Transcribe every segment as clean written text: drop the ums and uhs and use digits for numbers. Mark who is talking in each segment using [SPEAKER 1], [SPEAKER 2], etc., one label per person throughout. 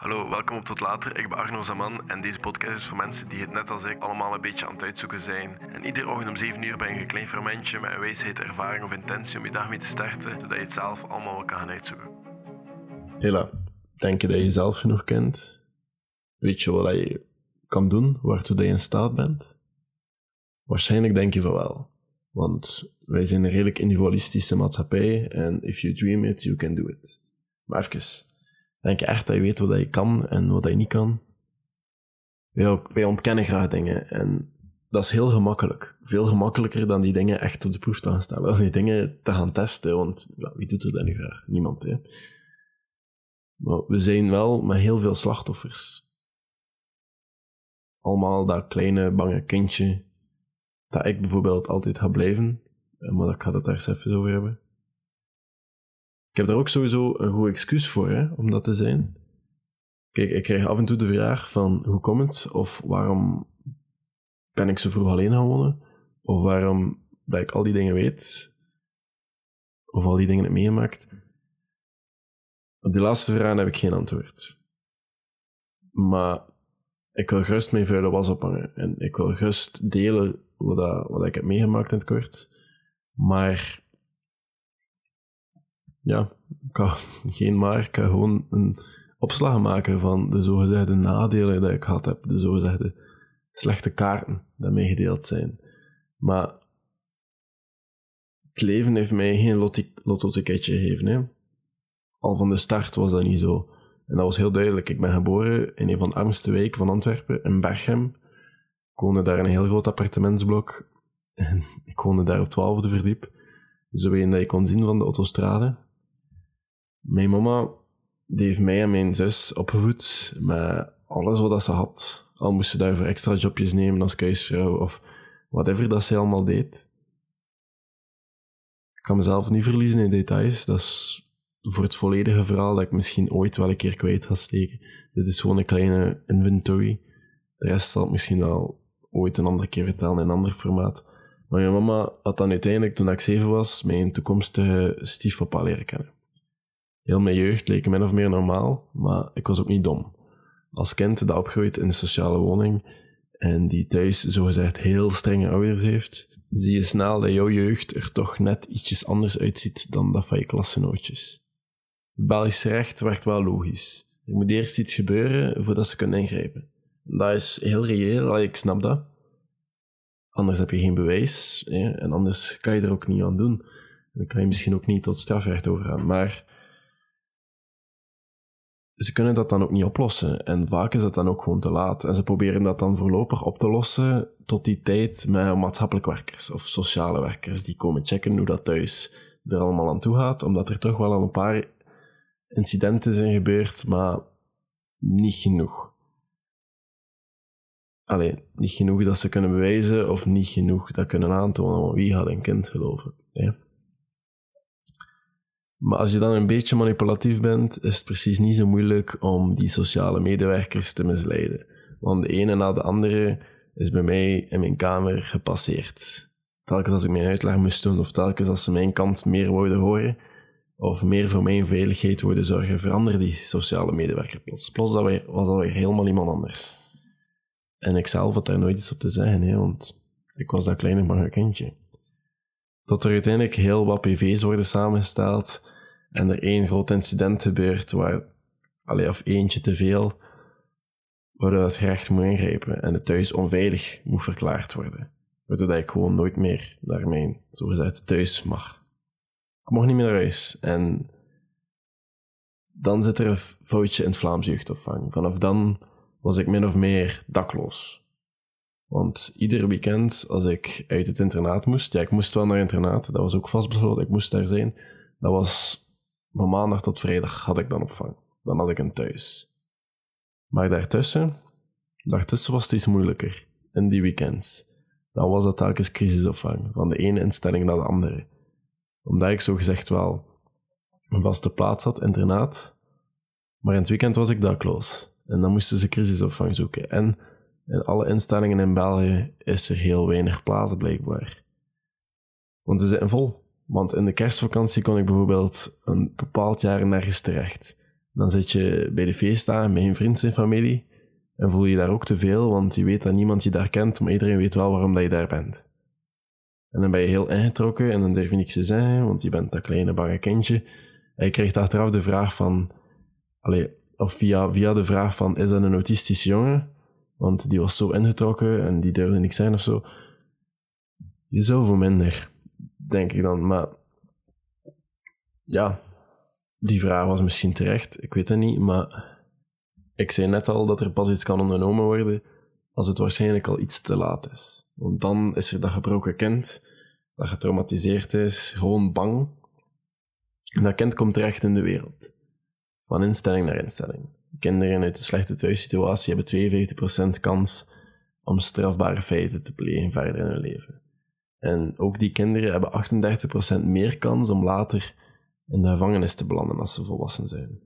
[SPEAKER 1] Hallo, welkom op Tot Later. Ik ben Arno Zaman en deze podcast is voor mensen die het net als ik allemaal een beetje aan het uitzoeken zijn. En iedere ochtend om 7 uur ben je een klein fermentje met een wijsheid, ervaring of intentie om je dag mee te starten, zodat je het zelf allemaal wel kan gaan uitzoeken.
[SPEAKER 2] Hela, denk je dat je jezelf genoeg kent? Weet je wat je kan doen, waartoe je in staat bent? Waarschijnlijk denk je van wel. Want wij zijn een redelijk individualistische maatschappij en if you dream it, you can do it. Maar even, denk je echt dat je weet wat je kan en wat je niet kan? Wij ontkennen graag dingen en dat is heel gemakkelijk. Veel gemakkelijker dan die dingen echt op de proef te gaan stellen. Die dingen te gaan testen, want wie doet er dat nu graag? Niemand, hè. Maar we zijn wel met heel veel slachtoffers. Allemaal dat kleine, bange kindje dat ik bijvoorbeeld altijd ga blijven, maar ik ga het daar eens even over hebben. Ik heb daar ook sowieso een goed excuus voor, hè, om dat te zijn. Kijk, ik krijg af en toe de vraag van hoe komt het, of waarom ben ik zo vroeg alleen gaan wonen, of waarom dat ik al die dingen weet, of al die dingen heb meegemaakt. Op die laatste vragen heb ik geen antwoord. Maar ik wil gerust mijn vuile was ophangen. En ik wil gerust delen wat ik heb meegemaakt in het kort. Maar ja, ik ga gewoon een opslag maken van de zogezegde nadelen die ik gehad heb. De zogezegde slechte kaarten die mij gedeeld zijn. Maar het leven heeft mij geen lotto-ticketje gegeven, hè. Al van de start was dat niet zo. En dat was heel duidelijk. Ik ben geboren in een van de armste wijken van Antwerpen, in Berchem. Ik woonde daar in een heel groot appartementsblok. En ik woonde daar op 12e verdiep. Zo een dat je kon zien van de autostrade. Mijn mama die heeft mij en mijn zus opgevoed met alles wat ze had. Al moest ze daarvoor extra jobjes nemen als huisvrouw of whatever dat ze allemaal deed. Ik kan mezelf niet verliezen in details. Dat is voor het volledige verhaal dat ik misschien ooit wel een keer kwijt ga steken. Dit is gewoon een kleine inventory. De rest zal ik misschien wel ooit een andere keer vertellen in een ander formaat. Maar mijn mama had dan uiteindelijk, toen ik 7 was, mijn toekomstige stiefpapa leren kennen. Heel mijn jeugd leek min of meer normaal, maar ik was ook niet dom. Als kind dat opgroeit in een sociale woning en die thuis zogezegd heel strenge ouders heeft, zie je snel dat jouw jeugd er toch net ietsjes anders uitziet dan dat van je klassenootjes. Het Belgische recht werkt wel logisch. Er moet eerst iets gebeuren voordat ze kunnen ingrijpen. Dat is heel reëel, ik snap dat. Anders heb je geen bewijs, hè, en anders kan je er ook niet aan doen. Dan kan je misschien ook niet tot strafrecht overgaan. Maar ze kunnen dat dan ook niet oplossen. En vaak is dat dan ook gewoon te laat. En ze proberen dat dan voorlopig op te lossen tot die tijd met maatschappelijk werkers of sociale werkers die komen checken hoe dat thuis er allemaal aan toe gaat. Omdat er toch wel al een paar incidenten zijn gebeurd, maar niet genoeg. Niet genoeg dat ze kunnen bewijzen of niet genoeg dat kunnen aantonen. Want wie gaat een kind geloven? Hè? Maar als je dan een beetje manipulatief bent, is het precies niet zo moeilijk om die sociale medewerkers te misleiden. Want de ene na de andere is bij mij in mijn kamer gepasseerd. Telkens als ik mijn uitleg moest doen, of telkens als ze mijn kant meer wouden horen, of meer voor mijn veiligheid wouden zorgen, veranderde die sociale medewerker plots. Plots was dat weer helemaal iemand anders. En ik zelf had daar nooit iets op te zeggen, hè, want ik was dat kleine bange kindje. Tot er uiteindelijk heel wat PV's worden samengesteld en er één groot incident gebeurt of eentje te veel, waardoor het gerecht moet ingrijpen en het thuis onveilig moet verklaard worden. Waardoor ik gewoon nooit meer naar mijn zogezegd thuis mag. Ik mocht niet meer naar huis. En dan zit er een foutje in het Vlaams jeugdopvang. Vanaf dan was ik min of meer dakloos. Want ieder weekend, als ik uit het internaat moest... Ja, ik moest wel naar het internaat. Dat was ook vastbesloten. Ik moest daar zijn. Dat was van maandag tot vrijdag had ik dan opvang. Dan had ik een thuis. Maar daartussen was het iets moeilijker. In die weekends. Dan was dat telkens crisisopvang. Van de ene instelling naar de andere. Omdat ik zogezegd wel een vaste plaats had, internaat. Maar in het weekend was ik dakloos. En dan moesten ze crisisopvang zoeken. En in alle instellingen in België is er heel weinig plaats, blijkbaar. Want ze zitten vol. Want in de kerstvakantie kon ik bijvoorbeeld een bepaald jaar nergens terecht. Dan zit je bij de feestdagen met een vriend en familie en voel je daar ook te veel, want je weet dat niemand je daar kent, maar iedereen weet wel waarom dat je daar bent. En dan ben je heel ingetrokken en dan durf je niks te zeggen, want je bent dat kleine bange kindje. En je krijgt achteraf de vraag van... of via de vraag van, is dat een autistische jongen? Want die was zo ingetrokken en die durfde niks zijn of zo. Je zou voor minder, denk ik dan. Maar ja, die vraag was misschien terecht, ik weet het niet. Maar ik zei net al dat er pas iets kan ondernomen worden als het waarschijnlijk al iets te laat is. Want dan is er dat gebroken kind, dat getraumatiseerd is, gewoon bang. En dat kind komt terecht in de wereld. Van instelling naar instelling. Kinderen uit een slechte thuissituatie hebben 42% kans om strafbare feiten te plegen verder in hun leven. En ook die kinderen hebben 38% meer kans om later in de gevangenis te belanden als ze volwassen zijn.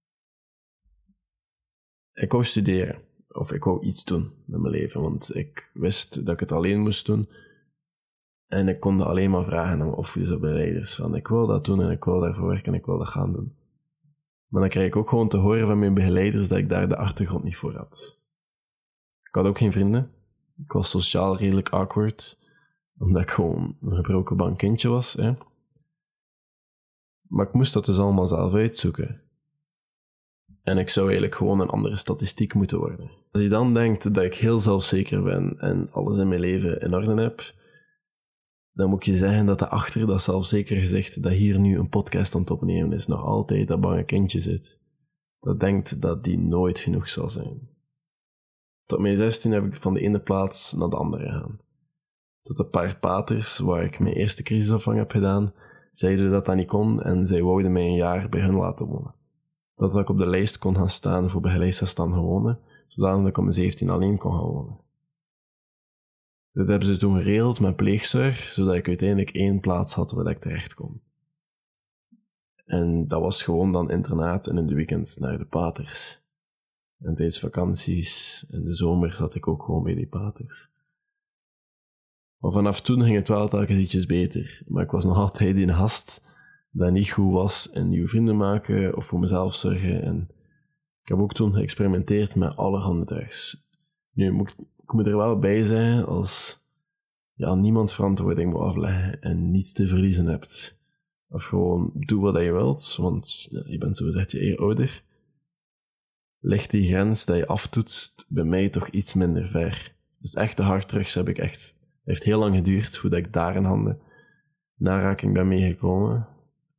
[SPEAKER 2] Ik wou studeren, of ik wou iets doen met mijn leven, want ik wist dat ik het alleen moest doen. En ik kon alleen maar vragen aan mijn opvoedersopleiders van ik wil dat doen en ik wil daarvoor werken en ik wil dat gaan doen. Maar dan krijg ik ook gewoon te horen van mijn begeleiders dat ik daar de achtergrond niet voor had. Ik had ook geen vrienden. Ik was sociaal redelijk awkward, omdat ik gewoon een gebroken bang kindje was. Hè. Maar ik moest dat dus allemaal zelf uitzoeken. En ik zou eigenlijk gewoon een andere statistiek moeten worden. Als je dan denkt dat ik heel zelfzeker ben en alles in mijn leven in orde heb, dan moet ik je zeggen dat achter dat zelfzeker gezicht dat hier nu een podcast aan het opnemen is, nog altijd dat bange kindje zit. Dat denkt dat die nooit genoeg zal zijn. Tot mijn 16 heb ik van de ene plaats naar de andere gegaan. Tot een paar paters, waar ik mijn eerste crisisopvang heb gedaan, zeiden dat dat niet kon en zij wouden mij een jaar bij hun laten wonen. Dat ik op de lijst kon gaan staan voor begeleidsafstand wonen, zodat ik op mijn 17 alleen kon gaan wonen. Dat hebben ze toen geregeld met pleegzorg, zodat ik uiteindelijk 1 plaats had waar ik terecht kon. En dat was gewoon dan internaat en in de weekends naar de paters. En tijdens vakanties in de zomer zat ik ook gewoon bij die paters. Maar vanaf toen ging het wel telkens ietsjes beter. Maar ik was nog altijd die gast dat niet goed was in nieuwe vrienden maken of voor mezelf zorgen. En ik heb ook toen geëxperimenteerd met allerhande drugs. Nu, ik moet er wel bij zijn als niemand verantwoording moet afleggen en niets te verliezen hebt. Of gewoon doe wat je wilt, want je bent zogezegd je eigen ouder. Ligt die grens dat je aftoetst bij mij toch iets minder ver. Dus echte harddrugs heb ik echt... Het heeft heel lang geduurd voordat ik daar in handen aanraking ben meegekomen.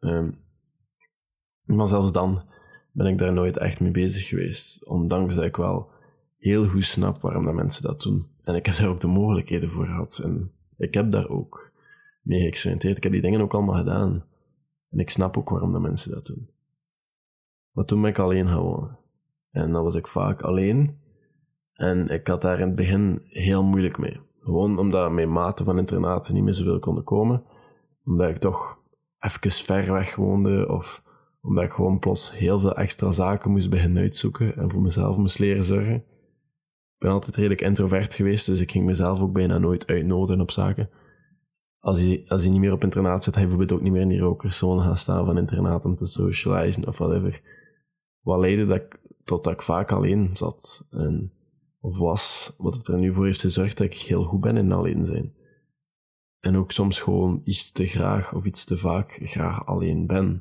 [SPEAKER 2] Maar zelfs dan ben ik daar nooit echt mee bezig geweest. Ondanks dat ik wel heel goed snap waarom dat mensen dat doen. En ik heb daar ook de mogelijkheden voor gehad. En ik heb daar ook mee geëxperimenteerd. Ik heb die dingen ook allemaal gedaan. En ik snap ook waarom dat mensen dat doen. Maar toen ben ik alleen gaan wonen. En dan was ik vaak alleen. En ik had daar in het begin heel moeilijk mee. Gewoon omdat mijn maten van internaten niet meer zoveel konden komen. Omdat ik toch even ver weg woonde. Of omdat ik gewoon plots heel veel extra zaken moest beginnen uitzoeken. En voor mezelf moest leren zorgen. Ik ben altijd redelijk introvert geweest. Dus ik ging mezelf ook bijna nooit uitnodigen op zaken. Als je niet meer op internaat zit, ga je bijvoorbeeld ook niet meer in die rokerszone gaan staan van internaat om te socializen of whatever. Wat leidde totdat ik vaak alleen zat. Of was, wat het er nu voor heeft gezorgd dat ik heel goed ben in alleen zijn. En ook soms gewoon iets te graag of iets te vaak graag alleen ben.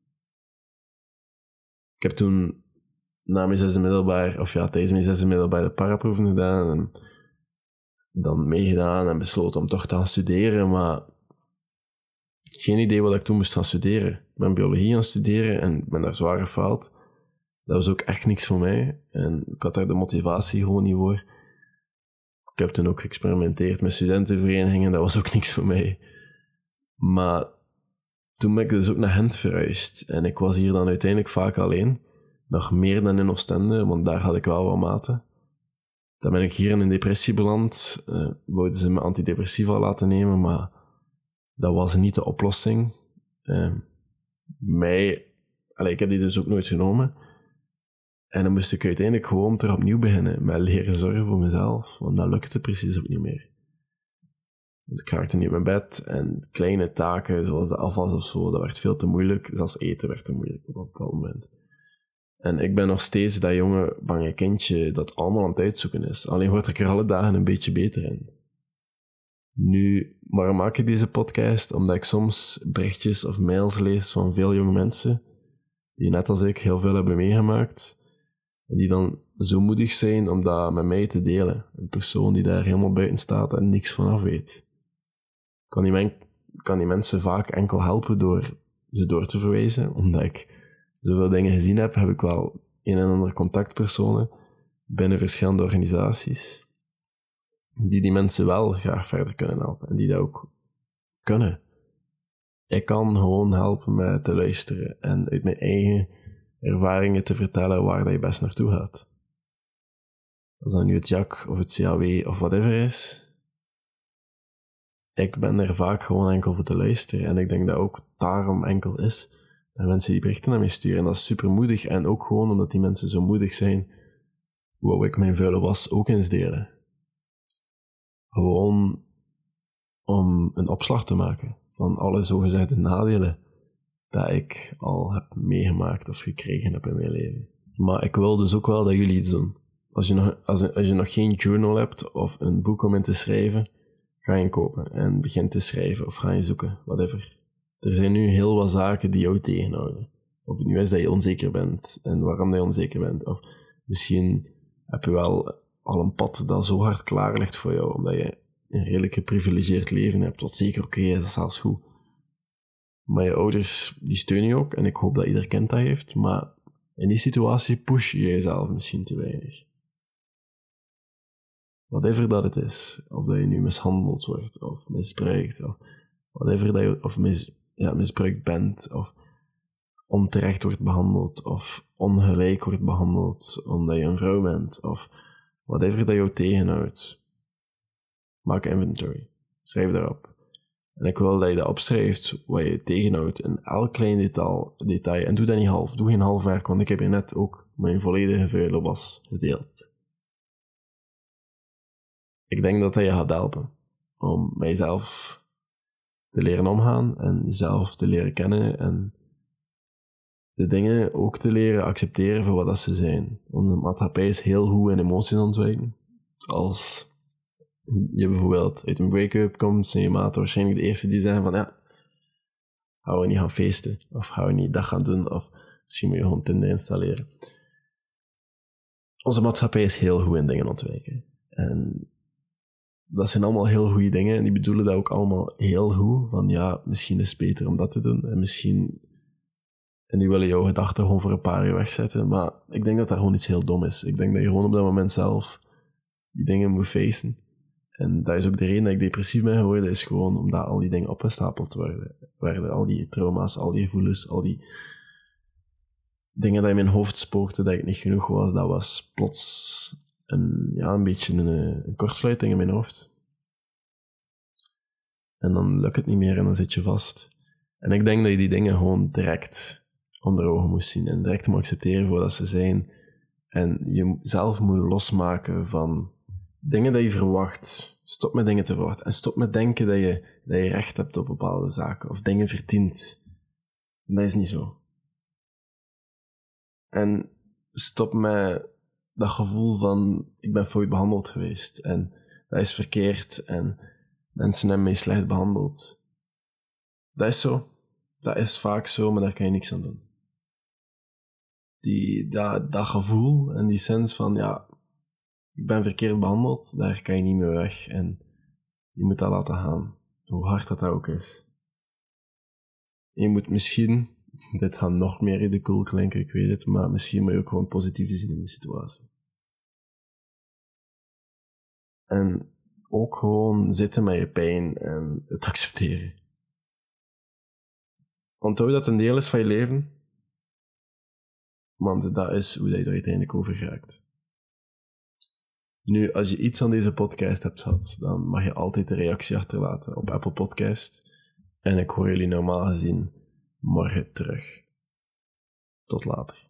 [SPEAKER 2] Ik heb toen na mijn zesde middelbaar, tijdens mijn zesde middelbaar de paraproeven gedaan en dan meegedaan en besloten om toch te gaan studeren, maar geen idee wat ik toen moest gaan studeren. Ik ben biologie gaan studeren en ben daar zwaar gefaald. Dat was ook echt niks voor mij. En ik had daar de motivatie gewoon niet voor. Ik heb toen ook geëxperimenteerd met studentenverenigingen. Dat was ook niks voor mij. Maar toen ben ik dus ook naar Gent verhuisd. En ik was hier dan uiteindelijk vaak alleen. Nog meer dan in Oostende, want daar had ik wel wat maten. Dan ben ik hier in een depressie beland. Wouden ze me antidepressiva laten nemen, maar dat was niet de oplossing. Ik heb die dus ook nooit genomen. En dan moest ik uiteindelijk gewoon terug opnieuw beginnen met leren zorgen voor mezelf, want dat lukte precies ook niet meer. Want ik raakte niet uit mijn bed en kleine taken, zoals de afwas of zo, dat werd veel te moeilijk. Zelfs eten werd te moeilijk op een bepaald moment. En ik ben nog steeds dat jonge, bange kindje dat allemaal aan het uitzoeken is. Alleen word ik er alle dagen een beetje beter in. Nu, waarom maak ik deze podcast? Omdat ik soms berichtjes of mails lees van veel jonge mensen die net als ik heel veel hebben meegemaakt en die dan zo moedig zijn om dat met mij te delen. Een persoon die daar helemaal buiten staat en niks vanaf weet. Kan die mensen vaak enkel helpen door ze door te verwijzen. Omdat ik zoveel dingen gezien heb, heb ik wel een en ander contactpersonen binnen verschillende organisaties die mensen wel graag verder kunnen helpen. En die dat ook kunnen. Ik kan gewoon helpen met te luisteren en uit mijn eigen ervaringen te vertellen waar dat je best naartoe gaat. Als dat nu het JAK of het CAW of whatever is. Ik ben er vaak gewoon enkel voor te luisteren. En ik denk dat ook daarom enkel is dat mensen die berichten naar mij sturen. En dat is super moedig. En ook gewoon omdat die mensen zo moedig zijn, wou ik mijn vuile was ook eens delen. Gewoon om een opslag te maken van alle zogezegde nadelen dat ik al heb meegemaakt of gekregen heb in mijn leven. Maar ik wil dus ook wel dat jullie iets doen. Als je nog geen journal hebt of een boek om in te schrijven, ga je kopen en begin te schrijven of ga je zoeken, whatever. Er zijn nu heel wat zaken die jou tegenhouden. Of het nu is dat je onzeker bent en waarom dat je onzeker bent. Of misschien heb je wel al een pad dat zo hard klaar ligt voor jou, omdat je een redelijk geprivilegeerd leven hebt, wat zeker oké is, dat is zelfs goed. Maar je ouders, die steunen je ook, en ik hoop dat ieder kind dat heeft, maar in die situatie push je jezelf misschien te weinig. Whatever dat het is, of dat je nu mishandeld wordt, of misbruikt, of whatever dat je, of misbruikt bent, of onterecht wordt behandeld, of ongelijk wordt behandeld, omdat je een vrouw bent, of whatever dat jou tegenhoudt. Maak inventory. Schrijf daarop. En ik wil dat je dat opschrijft, wat je tegenhoudt, in elk klein detail. En doe dat niet half. Doe geen half werk, want ik heb je net ook mijn volledige vuile was gedeeld. Ik denk dat je gaat helpen om mijzelf te leren omgaan en jezelf te leren kennen en de dingen ook te leren accepteren voor wat dat ze zijn. Want de maatschappij is heel goed in emoties ontwijken. Als je bijvoorbeeld uit een break-up komt, zijn je maat waarschijnlijk de eerste die zeggen van ja, gaan we niet gaan feesten, of gaan we niet dat gaan doen, of misschien moet je gewoon Tinder installeren. Onze maatschappij is heel goed in dingen ontwijken. En dat zijn allemaal heel goede dingen, en die bedoelen dat ook allemaal heel goed, van ja, misschien is het beter om dat te doen, en misschien... En die willen jouw gedachten gewoon voor een paar jaar wegzetten, maar ik denk dat dat gewoon iets heel dom is. Ik denk dat je gewoon op dat moment zelf die dingen moet facen. En dat is ook de reden dat ik depressief ben geworden, is gewoon omdat al die dingen opgestapeld werden. Al die trauma's, al die gevoelens, al die dingen dat in mijn hoofd spookten, dat ik niet genoeg was, dat was plots een beetje een kortsluiting in mijn hoofd. En dan lukt het niet meer en dan zit je vast. En ik denk dat je die dingen gewoon direct onder ogen moet zien en direct moet accepteren voor wat ze zijn. En je zelf moet losmaken van dingen dat je verwacht. Stop met dingen te verwachten. En stop met denken dat je recht hebt op bepaalde zaken. Of dingen verdient. Dat is niet zo. En stop met dat gevoel van ik ben fout behandeld geweest. En dat is verkeerd. En mensen hebben mij slecht behandeld. Dat is zo. Dat is vaak zo, maar daar kan je niks aan doen. Dat gevoel en die sens van ja, ik ben verkeerd behandeld, daar kan je niet meer weg en je moet dat laten gaan, hoe hard dat ook is. En je moet misschien, dit gaat nog meer ridicuul klinken, ik weet het, maar misschien moet je ook gewoon positief zien in de situatie. En ook gewoon zitten met je pijn en het accepteren. Onthoud dat een deel is van je leven, want dat is hoe je er uiteindelijk over geraakt. Nu, als je iets aan deze podcast hebt gehad, dan mag je altijd een reactie achterlaten op Apple Podcast. En ik hoor jullie normaal gezien morgen terug. Tot later.